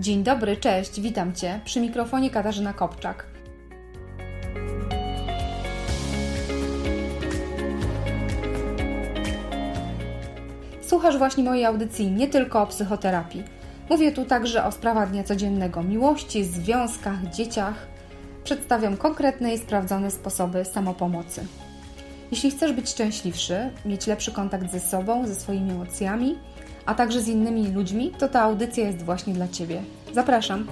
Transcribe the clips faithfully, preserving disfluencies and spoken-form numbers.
Dzień dobry, cześć, witam Cię. Przy mikrofonie Katarzyna Kopczak. Słuchasz właśnie mojej audycji nie tylko o psychoterapii. Mówię tu także o sprawach dnia codziennego, miłości, związkach, dzieciach. Przedstawiam konkretne i sprawdzone sposoby samopomocy. Jeśli chcesz być szczęśliwszy, mieć lepszy kontakt ze sobą, ze swoimi emocjami, a także z innymi ludźmi, to ta audycja jest właśnie dla Ciebie. Zapraszam!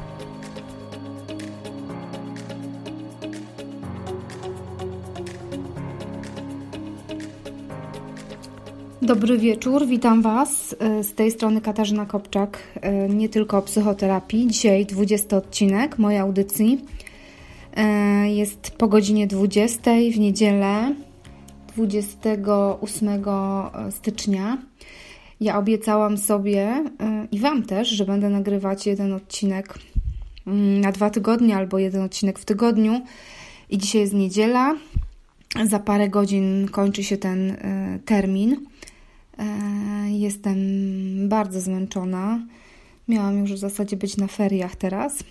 Dobry wieczór, witam Was. Z tej strony Katarzyna Kopczak, nie tylko o psychoterapii. Dzisiaj dwudziesty odcinek mojej audycji. Jest po godzinie dwudziestej w niedzielę dwudziestego ósmego stycznia. Ja obiecałam sobie i Wam też, że będę nagrywać jeden odcinek na dwa tygodnie albo jeden odcinek w tygodniu. I dzisiaj jest niedziela. Za parę godzin kończy się ten termin. Jestem bardzo zmęczona. Miałam już w zasadzie być na feriach teraz.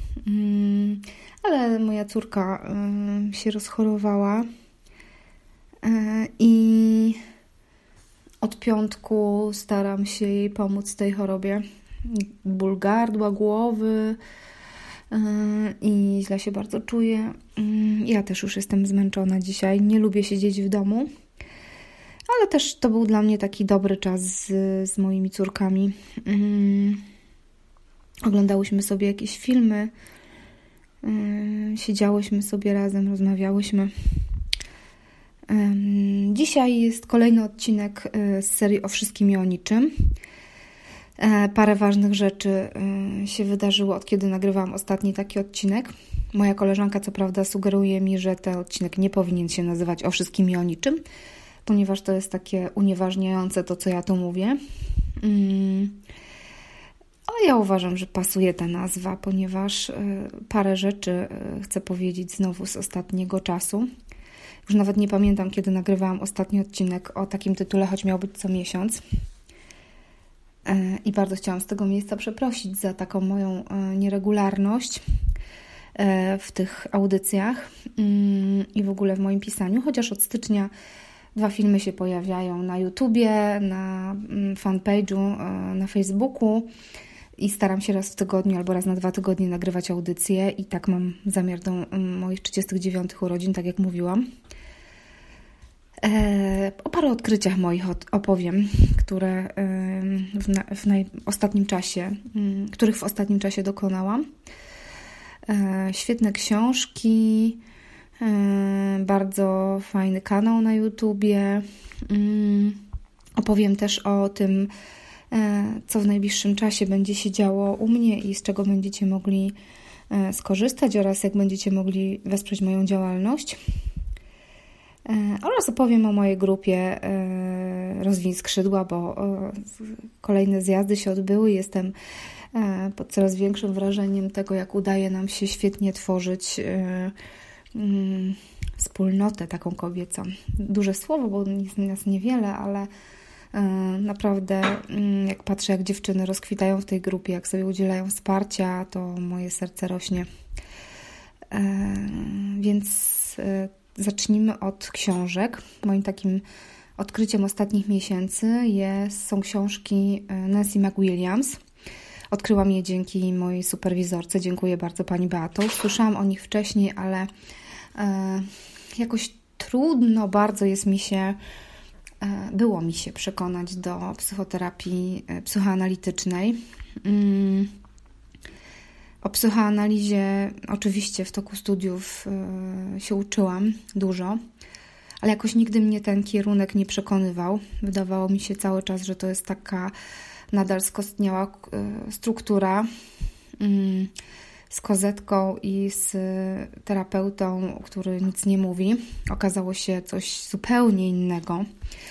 Ale moja córka się rozchorowała. I od piątku staram się jej pomóc w tej chorobie. Ból gardła, głowy i źle się bardzo czuję. Ja też już jestem zmęczona dzisiaj. Nie lubię siedzieć w domu. Ale też to był dla mnie taki dobry czas z, z moimi córkami. Oglądałyśmy sobie jakieś filmy. Siedziałyśmy sobie razem, rozmawiałyśmy. Dzisiaj jest kolejny odcinek z serii o wszystkim i o niczym. Parę ważnych rzeczy się wydarzyło, od kiedy nagrywałam ostatni taki odcinek. Moja koleżanka co prawda sugeruje mi, że ten odcinek nie powinien się nazywać o wszystkim i o niczym, ponieważ to jest takie unieważniające to, co ja tu mówię. Ale ja uważam, że pasuje ta nazwa, ponieważ parę rzeczy chcę powiedzieć znowu z ostatniego czasu. Już nawet nie pamiętam, kiedy nagrywałam ostatni odcinek o takim tytule, choć miał być co miesiąc. I bardzo chciałam z tego miejsca przeprosić za taką moją nieregularność w tych audycjach i w ogóle w moim pisaniu, chociaż od stycznia dwa filmy się pojawiają na YouTubie, na fanpage'u, na Facebooku i staram się raz w tygodniu albo raz na dwa tygodnie nagrywać audycje i tak mam zamiar do moich trzydziestych dziewiątych urodzin, tak jak mówiłam. O paru odkryciach moich opowiem, które w, na, w naj, ostatnim czasie, których w ostatnim czasie dokonałam. Świetne książki, bardzo fajny kanał na YouTubie. Opowiem też o tym, co w najbliższym czasie będzie się działo u mnie i z czego będziecie mogli skorzystać oraz jak będziecie mogli wesprzeć moją działalność. Oraz opowiem o mojej grupie Rozwiń Skrzydła, bo kolejne zjazdy się odbyły. Jestem pod coraz większym wrażeniem tego, jak udaje nam się świetnie tworzyć wspólnotę taką kobiecą. Duże słowo, bo jest nas niewiele, ale naprawdę jak patrzę, jak dziewczyny rozkwitają w tej grupie, jak sobie udzielają wsparcia, to moje serce rośnie. Więc zacznijmy od książek. Moim takim odkryciem ostatnich miesięcy jest, są książki Nancy McWilliams. Odkryłam je dzięki mojej superwizorce. Dziękuję bardzo Pani Beato. Słyszałam o nich wcześniej, ale e, jakoś trudno bardzo jest mi się, e, było mi się przekonać do psychoterapii e, psychoanalitycznej. Mm. O psychoanalizie oczywiście w toku studiów y, się uczyłam dużo, ale jakoś nigdy mnie ten kierunek nie przekonywał. Wydawało mi się cały czas, że to jest taka nadal skostniała y, struktura y, z kozetką i z y, terapeutą, który nic nie mówi. Okazało się coś zupełnie innego.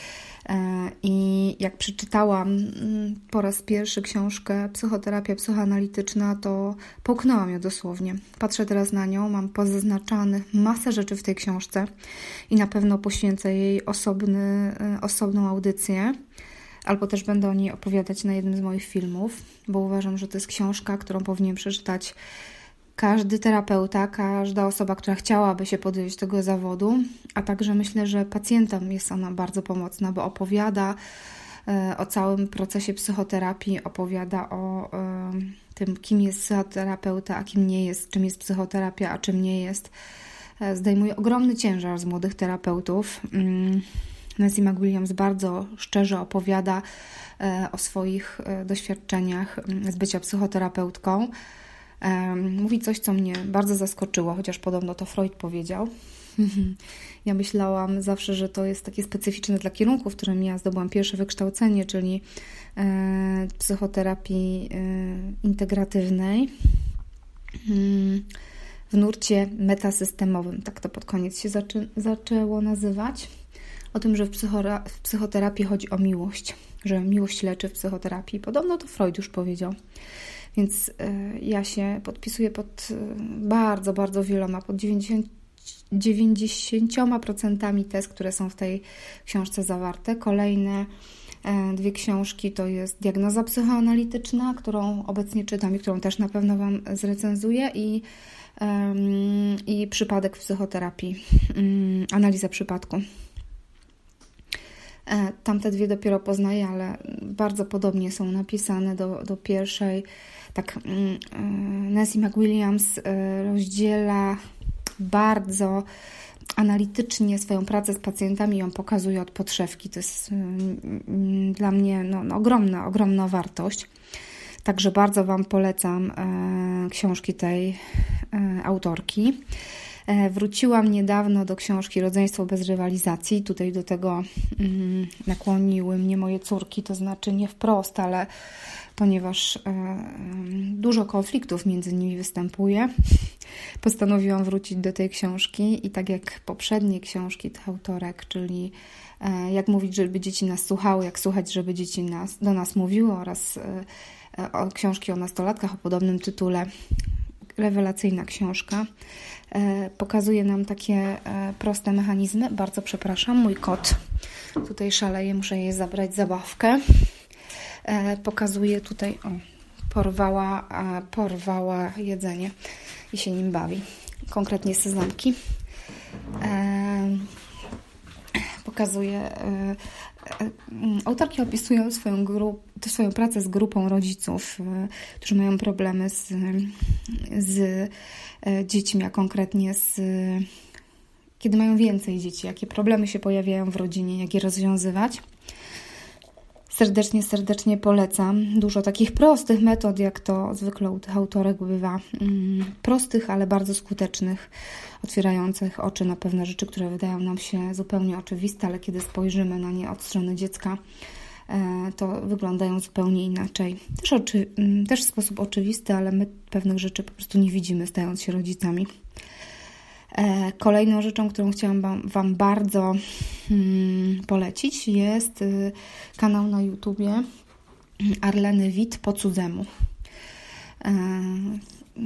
I jak przeczytałam po raz pierwszy książkę Psychoterapia psychoanalityczna, to połknęłam ją dosłownie. Patrzę teraz na nią, mam pozaznaczanych masę rzeczy w tej książce i na pewno poświęcę jej osobny, osobną audycję. albo też będę o niej opowiadać na jednym z moich filmów, bo uważam, że to jest książka, którą powinien przeczytać każdy terapeuta, każda osoba, która chciałaby się podjąć tego zawodu, a także myślę, że pacjentom jest ona bardzo pomocna, bo opowiada o całym procesie psychoterapii, opowiada o tym, kim jest psychoterapeuta, a kim nie jest, czym jest psychoterapia, a czym nie jest. Zdejmuje ogromny ciężar z młodych terapeutów. Nancy McWilliams bardzo szczerze opowiada o swoich doświadczeniach z bycia psychoterapeutką. Mówi coś, co mnie bardzo zaskoczyło, chociaż podobno to Freud powiedział. Ja myślałam zawsze, że to jest takie specyficzne dla kierunku, w którym ja zdobyłam pierwsze wykształcenie, czyli e, psychoterapii e, integratywnej w nurcie metasystemowym. Tak to pod koniec się zaczę, zaczęło nazywać. O tym, że w, psychora, w psychoterapii chodzi o miłość, że miłość leczy w psychoterapii. Podobno to Freud już powiedział. Więc e, ja się podpisuję pod e, bardzo, bardzo wieloma, pod dziewięćdziesięcioma procentami tez, które są w tej książce zawarte. Kolejne e, dwie książki to jest Diagnoza psychoanalityczna, którą obecnie czytam i którą też na pewno Wam zrecenzuję, i, e, i Przypadek w psychoterapii, e, analiza przypadku. Tamte dwie dopiero poznaję, ale bardzo podobnie są napisane do, do pierwszej. Tak, Nancy McWilliams rozdziela bardzo analitycznie swoją pracę z pacjentami i ją pokazuje od podszewki. To jest dla mnie no, no, ogromna, ogromna wartość. Także bardzo Wam polecam książki tej autorki. Wróciłam niedawno do książki Rodzeństwo bez rywalizacji. Tutaj do tego mm, nakłoniły mnie moje córki, to znaczy nie wprost, ale ponieważ e, dużo konfliktów między nimi występuje, postanowiłam wrócić do tej książki i tak jak poprzednie książki tych autorek, czyli e, jak mówić, żeby dzieci nas słuchały, jak słuchać, żeby dzieci nas, do nas mówiły, oraz e, o, książki o nastolatkach o podobnym tytule. Rewelacyjna książka. E, pokazuje nam takie e, proste mechanizmy. Bardzo przepraszam, mój kot tutaj szaleje, muszę jej zabrać zabawkę. E, pokazuje tutaj, o, porwała, a, porwała jedzenie i się nim bawi. Konkretnie sezamki. E, pokazuje, e, e, autorki opisują swoją, grup, swoją pracę z grupą rodziców, e, którzy mają problemy z, z dziećmi, a konkretnie z, kiedy mają więcej dzieci, jakie problemy się pojawiają w rodzinie, jak je rozwiązywać. Serdecznie, serdecznie polecam. Dużo takich prostych metod, jak to zwykle u tych autorek bywa. Mm, prostych, ale bardzo skutecznych, otwierających oczy na pewne rzeczy, które wydają nam się zupełnie oczywiste, ale kiedy spojrzymy na nie od strony dziecka, e, to wyglądają zupełnie inaczej. Też, oczy, też w sposób oczywisty, ale my pewnych rzeczy po prostu nie widzimy, stając się rodzicami. Kolejną rzeczą, którą chciałam Wam, wam bardzo hmm, polecić, jest y, kanał na YouTubie Arleny Witt Po cudzemu. E, y,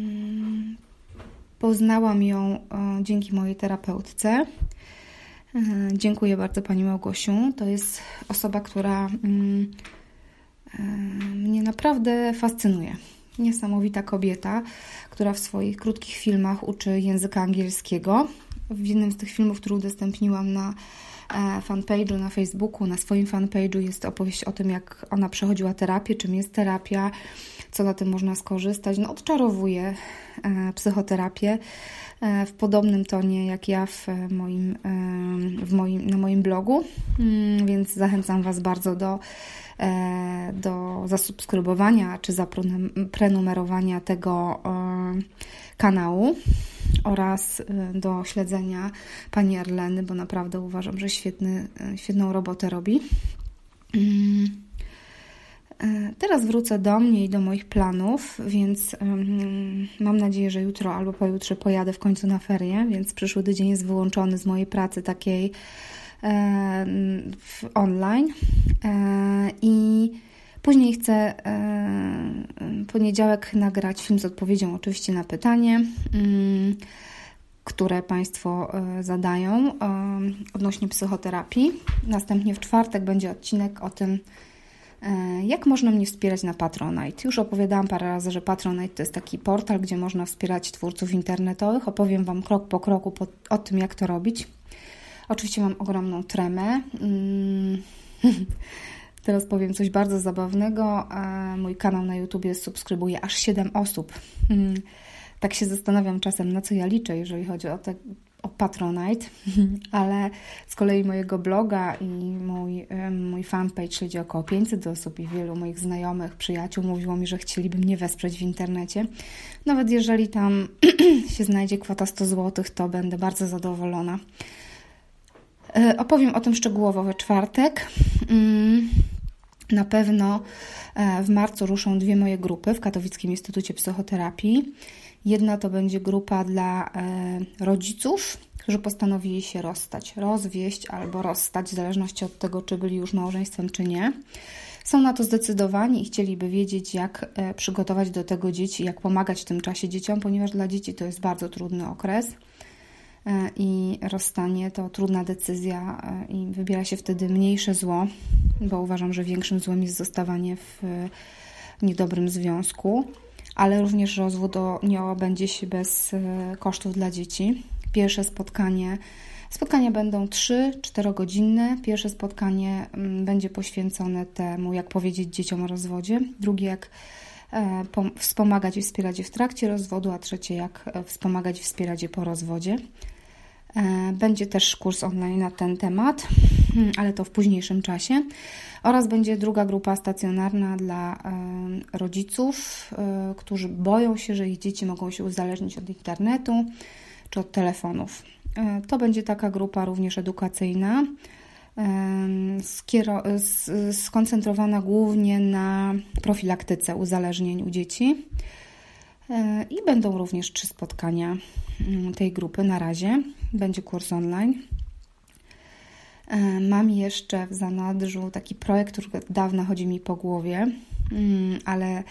poznałam ją y, dzięki mojej terapeutce. E, dziękuję bardzo Pani Małgosiu. To jest osoba, która y, y, mnie naprawdę fascynuje. Niesamowita kobieta, która w swoich krótkich filmach uczy języka angielskiego. W jednym z tych filmów, który udostępniłam na fanpage'u na Facebooku, na swoim fanpage'u, jest opowieść o tym, jak ona przechodziła terapię, czym jest terapia, co na tym można skorzystać. No, odczarowuje psychoterapię w podobnym tonie jak ja w moim, w moim, na moim blogu, więc zachęcam Was bardzo do do zasubskrybowania czy zaprenumerowania tego kanału oraz do śledzenia Pani Arleny, bo naprawdę uważam, że świetny, świetną robotę robi. Teraz wrócę do mnie i do moich planów, więc mam nadzieję, że jutro albo pojutrze pojadę w końcu na ferie, więc przyszły tydzień jest wyłączony z mojej pracy takiej w online i później chcę w poniedziałek nagrać film z odpowiedzią oczywiście na pytanie. które Państwo zadają odnośnie psychoterapii. Następnie w czwartek będzie odcinek o tym, jak można mnie wspierać na Patronite. Już opowiadałam parę razy, że Patronite to jest taki portal, gdzie można wspierać twórców internetowych. Opowiem Wam krok po kroku po, o tym, jak to robić. Oczywiście mam ogromną tremę. Teraz powiem coś bardzo zabawnego. Mój kanał na YouTubie subskrybuje aż siedem osób. Tak się zastanawiam czasem, na co ja liczę, jeżeli chodzi o, te, o Patronite, ale z kolei mojego bloga i mój, mój fanpage śledzi około pięćset osób i wielu moich znajomych, przyjaciół mówiło mi, że chcieliby mnie wesprzeć w internecie. Nawet jeżeli tam się znajdzie kwota sto złotych, to będę bardzo zadowolona. Opowiem o tym szczegółowo we czwartek. Na pewno w marcu ruszą dwie moje grupy w Katowickim Instytucie Psychoterapii. Jedna to będzie grupa dla rodziców, którzy postanowili się rozstać, rozwieść albo rozstać, w zależności od tego, czy byli już małżeństwem, czy nie. Są na to zdecydowani i chcieliby wiedzieć, jak przygotować do tego dzieci, jak pomagać w tym czasie dzieciom, ponieważ dla dzieci to jest bardzo trudny okres i rozstanie to trudna decyzja i wybiera się wtedy mniejsze zło, bo uważam, że większym złem jest zostawanie w niedobrym związku, ale również rozwód nie obędzie się bez kosztów dla dzieci. Pierwsze spotkanie, spotkania będą trzy-czterogodzinne. Pierwsze spotkanie będzie poświęcone temu, jak powiedzieć dzieciom o rozwodzie. Drugie, jak wspomagać i wspierać je w trakcie rozwodu, a trzecie, jak wspomagać i wspierać je po rozwodzie. Będzie też kurs online na ten temat, ale to w późniejszym czasie. Oraz będzie druga grupa stacjonarna dla rodziców, którzy boją się, że ich dzieci mogą się uzależnić od internetu czy od telefonów. To będzie taka grupa również edukacyjna, skoncentrowana głównie na profilaktyce uzależnień u dzieci. I będą również trzy spotkania tej grupy na razie. Będzie kurs online. Mam jeszcze w zanadrzu taki projekt, który od dawna chodzi mi po głowie, ale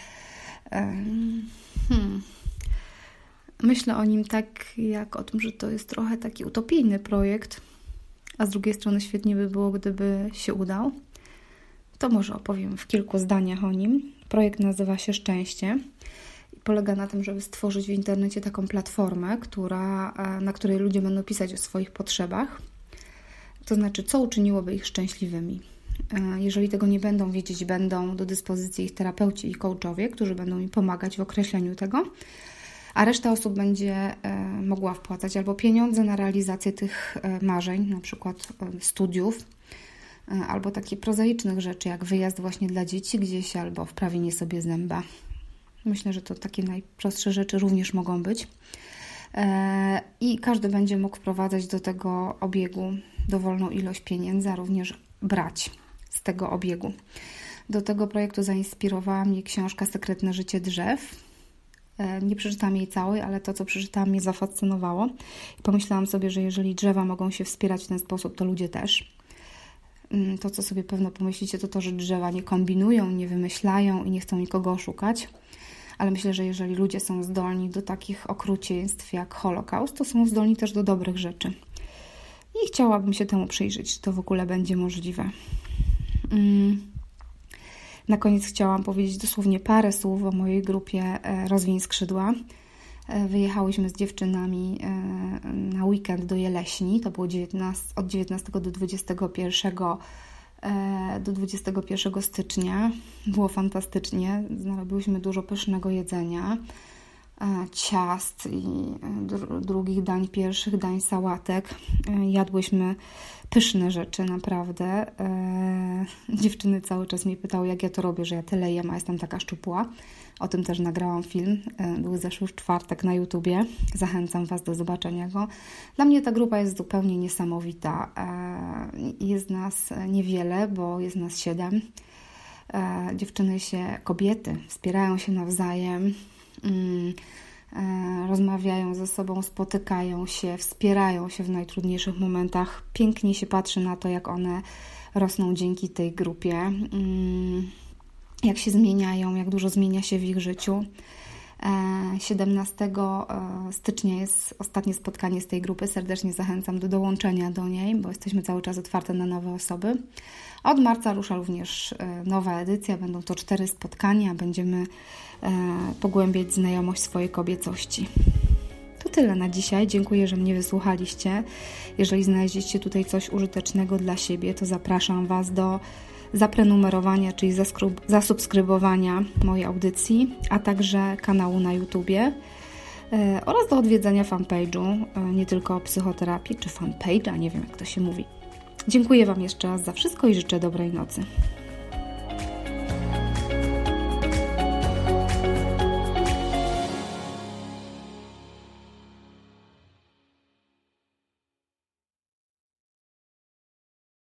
hmm, myślę o nim tak, jak o tym, że to jest trochę taki utopijny projekt, a z drugiej strony świetnie by było, gdyby się udał. To może opowiem w kilku zdaniach o nim. Projekt nazywa się Szczęście. Polega na tym, żeby stworzyć w internecie taką platformę, która, na której ludzie będą pisać o swoich potrzebach. To znaczy, co uczyniłoby ich szczęśliwymi. Jeżeli tego nie będą wiedzieć, będą do dyspozycji ich terapeuci i coachowie, którzy będą im pomagać w określeniu tego, a reszta osób będzie mogła wpłacać albo pieniądze na realizację tych marzeń, na przykład studiów, albo takich prozaicznych rzeczy, jak wyjazd właśnie dla dzieci gdzieś, albo wprawienie sobie zęba. Myślę, że to takie najprostsze rzeczy również mogą być. I każdy będzie mógł wprowadzać do tego obiegu dowolną ilość pieniędzy, a również brać z tego obiegu. Do tego projektu zainspirowała mnie książka Sekretne życie drzew. Nie przeczytałam jej całej, ale to, co przeczytałam, mnie zafascynowało. I pomyślałam sobie, że jeżeli drzewa mogą się wspierać w ten sposób, to ludzie też. To, co sobie pewno pomyślicie, to to, że drzewa nie kombinują, nie wymyślają i nie chcą nikogo oszukać. Ale myślę, że jeżeli ludzie są zdolni do takich okrucieństw jak Holokaust, to są zdolni też do dobrych rzeczy. I chciałabym się temu przyjrzeć, czy to w ogóle będzie możliwe. Na koniec chciałam powiedzieć dosłownie parę słów o mojej grupie Rozwiń skrzydła. Wyjechałyśmy z dziewczynami na weekend do Jeleśni. To było od dziewiętnastego do dwudziestego pierwszego do dwudziestego pierwszego stycznia. Było fantastycznie. Narobiłyśmy dużo pysznego jedzenia, ciast i drugich dań, pierwszych dań, sałatek. Jadłyśmy pyszne rzeczy, naprawdę. Dziewczyny cały czas mnie pytały, jak ja to robię, że ja tyle jem, a jestem taka szczupła. O tym też nagrałam film. Był zeszły w czwartek na YouTubie. Zachęcam Was do zobaczenia go. Dla mnie ta grupa jest zupełnie niesamowita. Jest nas niewiele, bo jest nas siedem. Dziewczyny się, kobiety wspierają się nawzajem, rozmawiają ze sobą, spotykają się, wspierają się w najtrudniejszych momentach. Pięknie się patrzy na to, jak one rosną dzięki tej grupie, jak się zmieniają, jak dużo zmienia się w ich życiu. siedemnastego stycznia jest ostatnie spotkanie z tej grupy. Serdecznie zachęcam do dołączenia do niej, bo jesteśmy cały czas otwarte na nowe osoby. Od marca rusza również nowa edycja. Będą to cztery spotkania. Będziemy pogłębiać znajomość swojej kobiecości. To tyle na dzisiaj. Dziękuję, że mnie wysłuchaliście. Jeżeli znaleźliście tutaj coś użytecznego dla siebie, to zapraszam Was do zaprenumerowania, czyli zasubskrybowania mojej audycji, a także kanału na YouTubie oraz do odwiedzania fanpage'u, nie tylko o psychoterapii, czy fanpage'a, nie wiem jak to się mówi. Dziękuję Wam jeszcze raz za wszystko i życzę dobrej nocy.